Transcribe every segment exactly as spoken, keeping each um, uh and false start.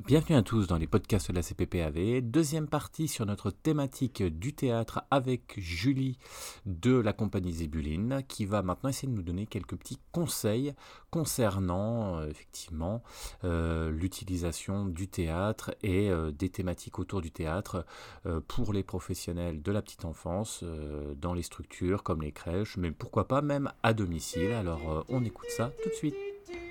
Bienvenue à tous dans les podcasts de la C P P A V, deuxième partie sur notre thématique du théâtre avec Julie de la compagnie Zébuline qui va maintenant essayer de nous donner quelques petits conseils concernant euh, effectivement euh, l'utilisation du théâtre et euh, des thématiques autour du théâtre euh, pour les professionnels de la petite enfance euh, dans les structures comme les crèches, mais pourquoi pas même à domicile. Alors euh, on écoute ça tout de suite.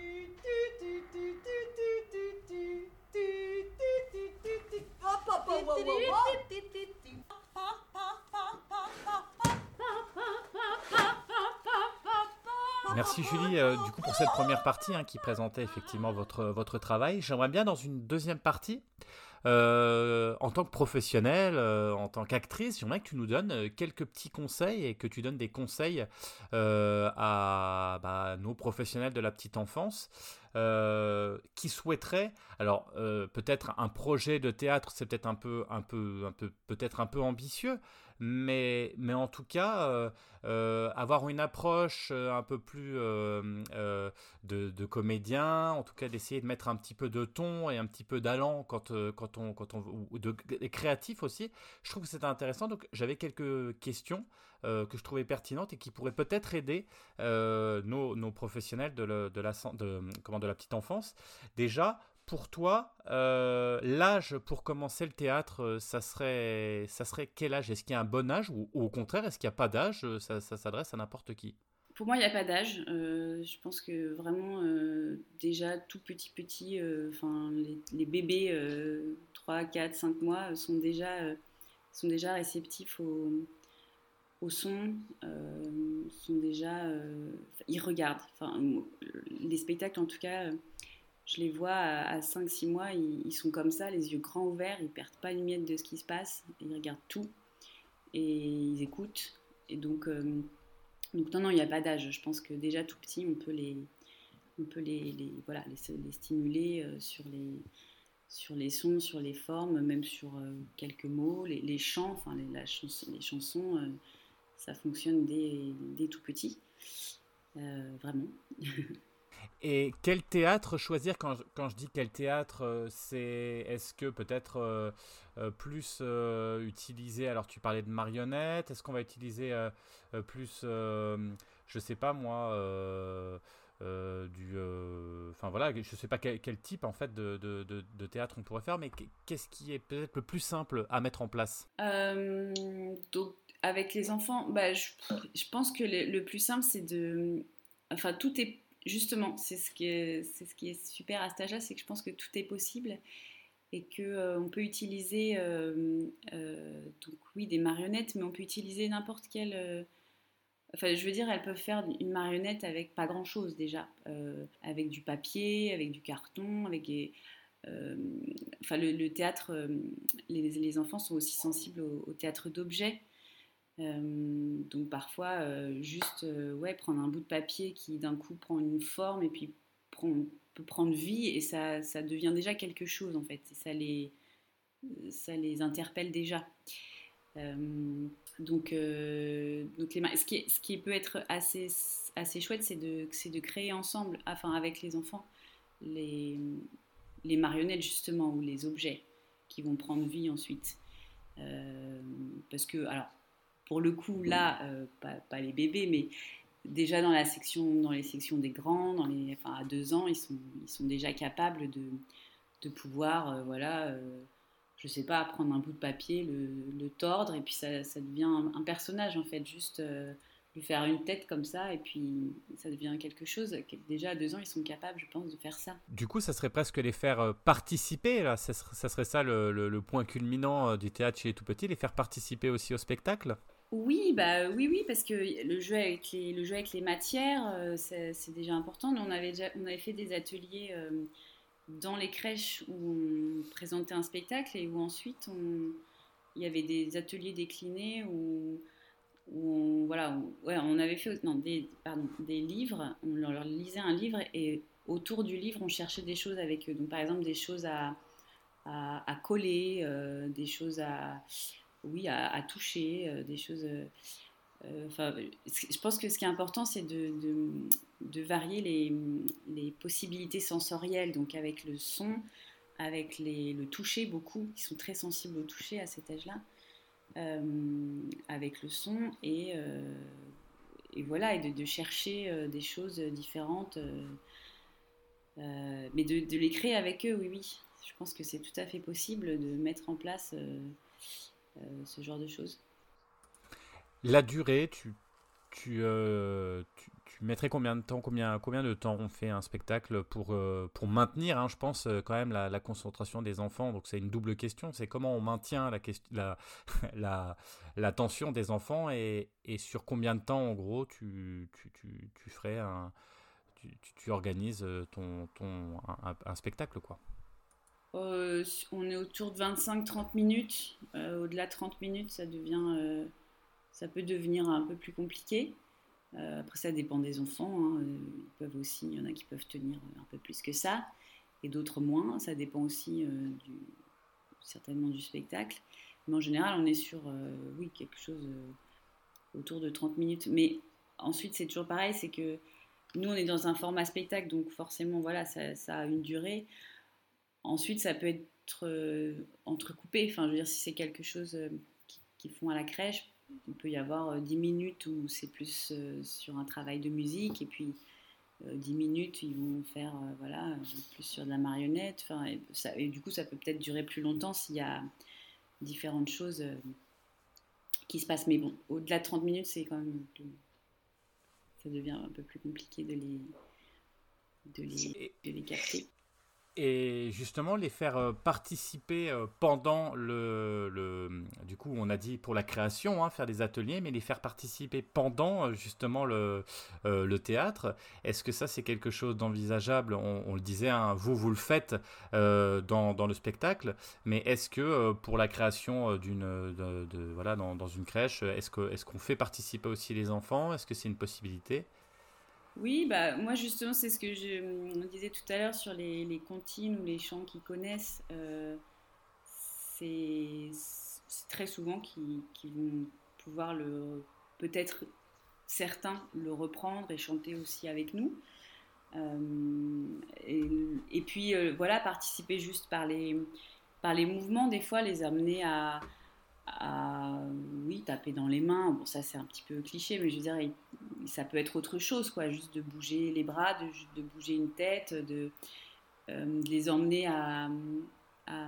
Merci Julie, euh, du coup pour cette première partie hein, qui présentait effectivement votre, votre travail. J'aimerais bien dans une deuxième partie, euh, en tant que professionnelle, euh, en tant qu'actrice, j'aimerais que tu nous donnes euh, quelques petits conseils et que tu donnes des conseils euh, à bah, nos professionnels de la petite enfance euh, qui souhaiteraient, alors euh, peut-être un projet de théâtre, c'est peut-être un peu, un peu, un peu, peut-être un peu ambitieux, mais, mais en tout cas euh, euh, avoir une approche euh, un peu plus euh, euh, de, de comédien, en tout cas d'essayer de mettre un petit peu de ton et un petit peu d'allant quand, euh, quand on, quand on, ou de, de créatif aussi. Je trouve que c'était intéressant, donc j'avais quelques questions euh, que je trouvais pertinentes et qui pourraient peut-être aider euh, nos, nos professionnels de, le, de, la, de, comment, de la petite enfance. Déjà, pour toi, euh, l'âge pour commencer le théâtre, euh, ça serait, ça serait quel âge? Est-ce qu'il y a un bon âge ou, ou au contraire, est-ce qu'il n'y a pas d'âge? euh, Ça, ça s'adresse à n'importe qui. Pour moi, il n'y a pas d'âge. Euh, je pense que vraiment, euh, déjà tout petit petit, euh, enfin les, les bébés euh, trois, quatre, cinq mois euh, sont déjà, euh, sont déjà réceptifs au, au son, euh, sont déjà, euh, ils regardent. Enfin, les spectacles en tout cas, euh, je les vois à, à cinq six mois, ils, ils sont comme ça, les yeux grands ouverts, ils perdent pas une miette de ce qui se passe, ils regardent tout et ils écoutent. Et donc euh, donc non, non, il n'y a pas d'âge. Je pense que déjà tout petit, on peut les, on peut les, les voilà, les, les stimuler euh, sur, les, sur les sons, sur les formes, même sur euh, quelques mots, les, les chants, enfin les, la chanson, les chansons, euh, ça fonctionne dès, dès tout petit, euh, vraiment. Et quel théâtre choisir quand je, quand je dis quel théâtre, euh, c'est est-ce que peut-être euh, euh, plus euh, utiliser, alors tu parlais de marionnettes, est-ce qu'on va utiliser euh, euh, plus, euh, je sais pas moi, euh, euh, du, euh, enfin voilà, je sais pas quel, quel type en fait de, de, de, de théâtre on pourrait faire, mais qu'est-ce qui est peut-être le plus simple à mettre en place? Euh, donc avec les enfants, bah, je, je pense que le, le plus simple, c'est de, enfin tout est justement, c'est ce qui est, c'est ce qui est super à cet âge-là, c'est que je pense que tout est possible et que euh, on peut utiliser euh, euh, donc oui des marionnettes, mais on peut utiliser n'importe quelle. Euh, enfin, je veux dire, elles peuvent faire une marionnette avec pas grand-chose déjà, euh, avec du papier, avec du carton, avec des. Euh, enfin, le, le théâtre, euh, les, les, enfants sont aussi sensibles au, au théâtre d'objets. Euh, donc parfois, euh, juste euh, ouais, prendre un bout de papier qui d'un coup prend une forme et puis prend, peut prendre vie et ça, ça devient déjà quelque chose en fait. Et ça les, ça les interpelle déjà. Euh, donc, euh, donc les, ce, qui est, ce qui peut être assez, assez chouette, c'est de, c'est de créer ensemble, enfin avec les enfants, les, les marionnettes justement ou les objets qui vont prendre vie ensuite. Euh, parce que, alors, pour le coup, là, euh, pas, pas les bébés, mais déjà dans la section, dans les sections des grands, dans les, enfin à deux ans, ils sont, ils sont déjà capables de, de pouvoir, euh, voilà, euh, je sais pas, prendre un bout de papier, le, le tordre, et puis ça, ça devient un, un, personnage en fait, juste euh, lui faire une tête comme ça, et puis ça devient quelque chose. Déjà à deux ans, ils sont capables, je pense, de faire ça. Du coup, ça serait presque les faire euh, participer, là. Ça, serait, ça serait ça le, le, le point culminant euh, du théâtre chez les tout petits, les faire participer aussi au spectacle. Oui, bah oui, oui, parce que le jeu avec les, le jeu avec les matières, euh, c'est, c'est déjà important. Nous, on avait déjà, on avait fait des ateliers euh, dans les crèches où on présentait un spectacle et où ensuite on, il y avait des ateliers déclinés où, où on, voilà, où- ouais, on avait fait non, des, pardon, des livres, on leur, leur lisait un livre et autour du livre on cherchait des choses avec eux. Donc par exemple des choses à, à, à coller, euh, des choses à, oui, à, à toucher, euh, des choses. euh, euh, Enfin, je pense que ce qui est important, c'est de, de, de varier les, les possibilités sensorielles. Donc avec le son, avec les, le toucher beaucoup. Ils sont très sensibles au toucher à cet âge-là, euh, avec le son et, euh, et voilà, et de, de chercher euh, des choses différentes, euh, euh, mais de, de les créer avec eux, oui, oui. Je pense que c'est tout à fait possible de mettre en place euh, euh, ce genre de choses. La durée, tu, tu, euh, tu, tu mettrais combien de temps, combien, combien de temps on fait un spectacle pour, euh, pour maintenir, hein, je pense, euh, quand même la, la concentration des enfants. Donc c'est une double question, c'est comment on maintient la, question, la, la, l'attention des enfants et, et sur combien de temps, en gros, tu, tu, tu, tu ferais un, tu, tu, tu organises ton, ton, un, un spectacle, quoi. Euh, on est autour de vingt-cinq trente minutes. Euh, au-delà de trente minutes, ça devient, euh, ça peut devenir un peu plus compliqué. Euh, après, ça dépend des enfants, hein. Ils peuvent aussi, il y en a qui peuvent tenir un peu plus que ça, et d'autres moins. Ça dépend aussi euh, du, certainement du spectacle. Mais en général, on est sur, euh, oui, quelque chose euh, autour de trente minutes. Mais ensuite, c'est toujours pareil, c'est que nous, on est dans un format spectacle, donc forcément, voilà, ça, ça a une durée. Ensuite, ça peut être euh, entrecoupé. Enfin, je veux dire, si c'est quelque chose euh, qu'ils font à la crèche, il peut y avoir euh, dix minutes où c'est plus euh, sur un travail de musique, et puis euh, dix minutes, ils vont faire euh, voilà, plus sur de la marionnette. Enfin, et, ça, et du coup, ça peut peut-être durer plus longtemps s'il y a différentes choses euh, qui se passent. Mais bon, au-delà de trente minutes, c'est quand même, ça devient un peu plus compliqué de les, de les, Et, de les capter. Et justement, les faire euh, participer euh, pendant le, le... Du coup, on a dit pour la création, hein, faire des ateliers, mais les faire participer pendant euh, justement le, euh, le théâtre. Est-ce que ça, c'est quelque chose d'envisageable? on, on le disait, hein, vous, vous le faites euh, dans, dans le spectacle, mais est-ce que euh, pour la création euh, d'une, de, de- voilà, dans, dans une crèche, est-ce que, est-ce qu'on fait participer aussi les enfants? Est-ce que c'est une possibilité? Oui, bah, moi justement, c'est ce que je hum, disais tout à l'heure sur les, les comptines ou les chants qu'ils connaissent. Euh, c'est c'est très souvent qu'ils qu'ils vont pouvoir le, peut-être certains le reprendre et chanter aussi avec nous. Euh, et, et puis euh, voilà, participer juste par les, par les mouvements, des fois les amener à, à, oui, taper dans les mains. Bon, ça c'est un petit peu cliché, mais je veux dire, il- ça peut être autre chose, quoi, juste de bouger les bras, de, de bouger une tête, de, euh, de les emmener à, à,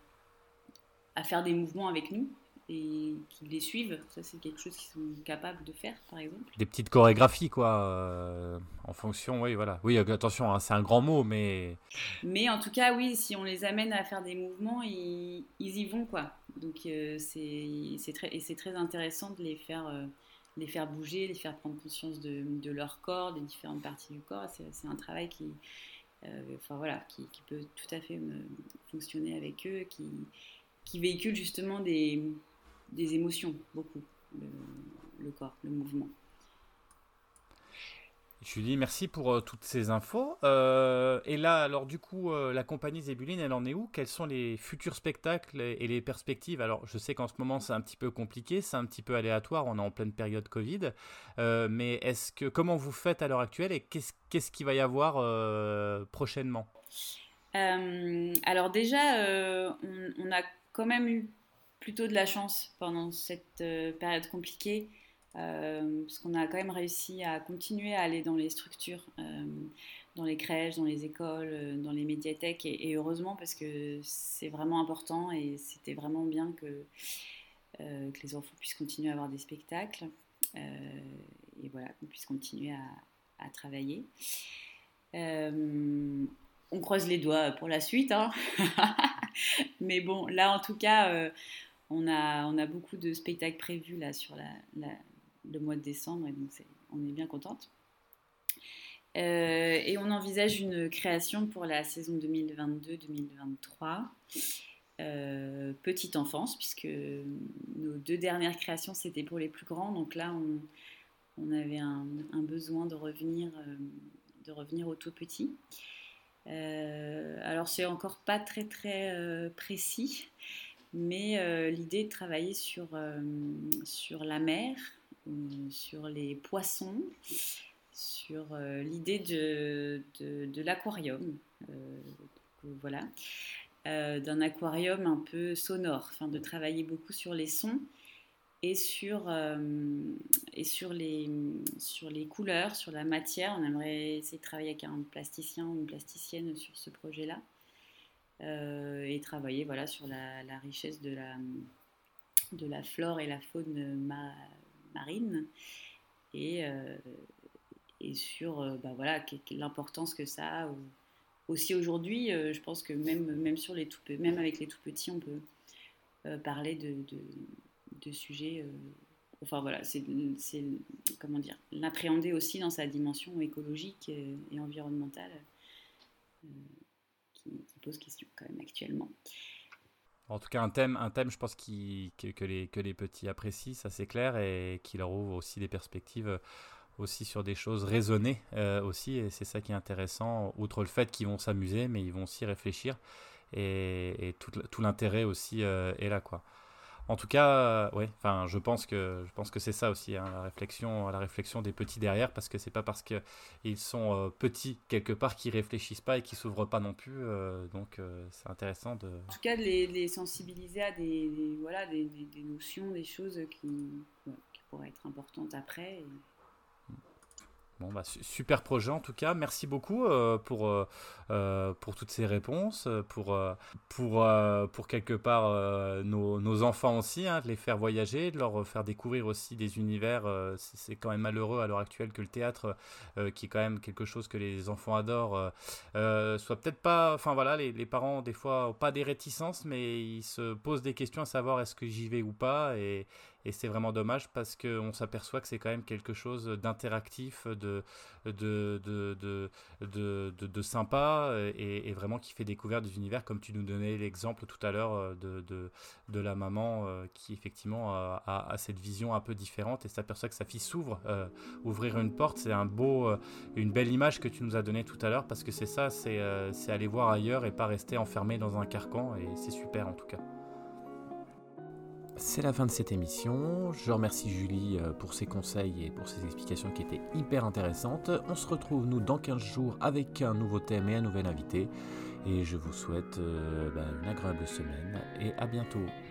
à faire des mouvements avec nous et qu'ils les suivent. Ça, c'est quelque chose qu'ils sont capables de faire, par exemple. Des petites chorégraphies, quoi, euh, en fonction, oui, voilà. Oui, euh, attention, hein, c'est un grand mot, mais Mais en tout cas, oui, si on les amène à faire des mouvements, ils, ils y vont, quoi. Donc, euh, c'est c'est très, et c'est très intéressant de les faire, euh, les faire bouger, les faire prendre conscience de, de leur corps, des différentes parties du corps. C'est c'est un travail qui, euh, enfin, voilà, qui, qui peut tout à fait me, fonctionner avec eux, qui, qui véhicule justement des, des émotions, beaucoup, le, le corps, le mouvement. Julie, merci pour euh, toutes ces infos. Euh, et là, alors du coup, euh, la compagnie Zébuline, elle en est où? Quels sont les futurs spectacles et, et les perspectives? Alors, je sais qu'en ce moment, c'est un petit peu compliqué, c'est un petit peu aléatoire, on est en pleine période Covid. Euh, mais est-ce que, comment vous faites à l'heure actuelle et qu'est-ce, qu'est-ce qu'il va y avoir euh, prochainement? Euh, alors déjà, euh, on, on a quand même eu plutôt de la chance pendant cette euh, période compliquée, euh, parce qu'on a quand même réussi à continuer à aller dans les structures, euh, dans les crèches, dans les écoles, euh, dans les médiathèques, et, et heureusement parce que c'est vraiment important et c'était vraiment bien que, euh, que les enfants puissent continuer à avoir des spectacles, euh, et voilà, qu'on puisse continuer à, à travailler. Euh, on croise les doigts pour la suite, hein. Mais bon, là en tout cas, euh, on, a, on a beaucoup de spectacles prévus là sur la, la- le mois de décembre, et donc c'est- on est bien contente. Euh, et on envisage une création pour la saison deux mille vingt-deux deux mille vingt-trois. Euh, petite enfance, puisque nos deux dernières créations c'était pour les plus grands, donc là on, on avait un, un besoin de revenir, euh, de revenir au tout petit. Euh, alors c'est encore pas très très euh, précis, mais euh, l'idée est de travailler sur, euh, sur la mer, euh, sur les poissons, sur euh, l'idée de, de, de l'aquarium. Euh, donc, voilà. euh, d'un aquarium un peu sonore, enfin de travailler beaucoup sur les sons et sur, euh, et sur, les, sur les couleurs, sur la matière. On aimerait essayer de travailler avec un plasticien ou une plasticienne sur ce projet-là euh, et travailler voilà, sur la, la richesse de la, de la flore et la faune ma, marine et, euh, et sur euh, bah, voilà, l'importance que ça a. Aussi aujourd'hui, euh, je pense que même, même, sur les tout, même avec les tout petits, on peut euh, parler de, de, de sujets. Euh, enfin voilà, c'est, c'est comment dire, l'appréhender aussi dans sa dimension écologique et, et environnementale euh, qui, qui pose question quand même actuellement. En tout cas, un thème, un thème je pense qui, que, que, les, que les petits apprécient, ça c'est clair, et qui leur ouvre aussi des perspectives aussi sur des choses raisonnées euh, aussi, et c'est ça qui est intéressant, outre le fait qu'ils vont s'amuser, mais ils vont aussi réfléchir, et, et tout, tout l'intérêt aussi euh, est là, quoi. En tout cas, euh, ouais, enfin, je pense que je pense que c'est ça aussi, hein, la réflexion, la réflexion des petits derrière, parce que c'est pas parce que ils sont euh, petits quelque part qu'ils réfléchissent pas et qu'ils s'ouvrent pas non plus. Euh, donc, euh, c'est intéressant de. En tout cas, de les, de les sensibiliser à des, des voilà des, des, des notions, des choses qui, ouais, qui pourraient être importantes après. Et... Bon, bah, super projet en tout cas. Merci beaucoup euh, pour, euh, pour toutes ces réponses, pour, euh, pour, euh, pour quelque part euh, nos, nos enfants aussi, hein, de les faire voyager, de leur faire découvrir aussi des univers. Euh, c'est, c'est quand même malheureux à l'heure actuelle que le théâtre, euh, qui est quand même quelque chose que les enfants adorent, euh, euh, soit peut-être pas. Enfin voilà, les, les parents des fois n'ont pas des réticences, mais ils se posent des questions à savoir est-ce que j'y vais ou pas. Et, Et c'est vraiment dommage parce qu'on s'aperçoit que c'est quand même quelque chose d'interactif, de, de, de, de, de, de, de sympa, et, et vraiment qui fait découvrir des univers, comme tu nous donnais l'exemple tout à l'heure de, de, de la maman qui effectivement a, a, a cette vision un peu différente et s'aperçoit que sa fille s'ouvre. Euh, ouvrir une porte, c'est un beau, une belle image que tu nous as donnée tout à l'heure, parce que c'est ça, c'est, c'est aller voir ailleurs et pas rester enfermé dans un carcan, et c'est super en tout cas. C'est la fin de cette émission. Je remercie Julie pour ses conseils et pour ses explications qui étaient hyper intéressantes. On se retrouve nous dans quinze jours avec un nouveau thème et un nouvel invité. Et je vous souhaite euh, bah, une agréable semaine et à bientôt.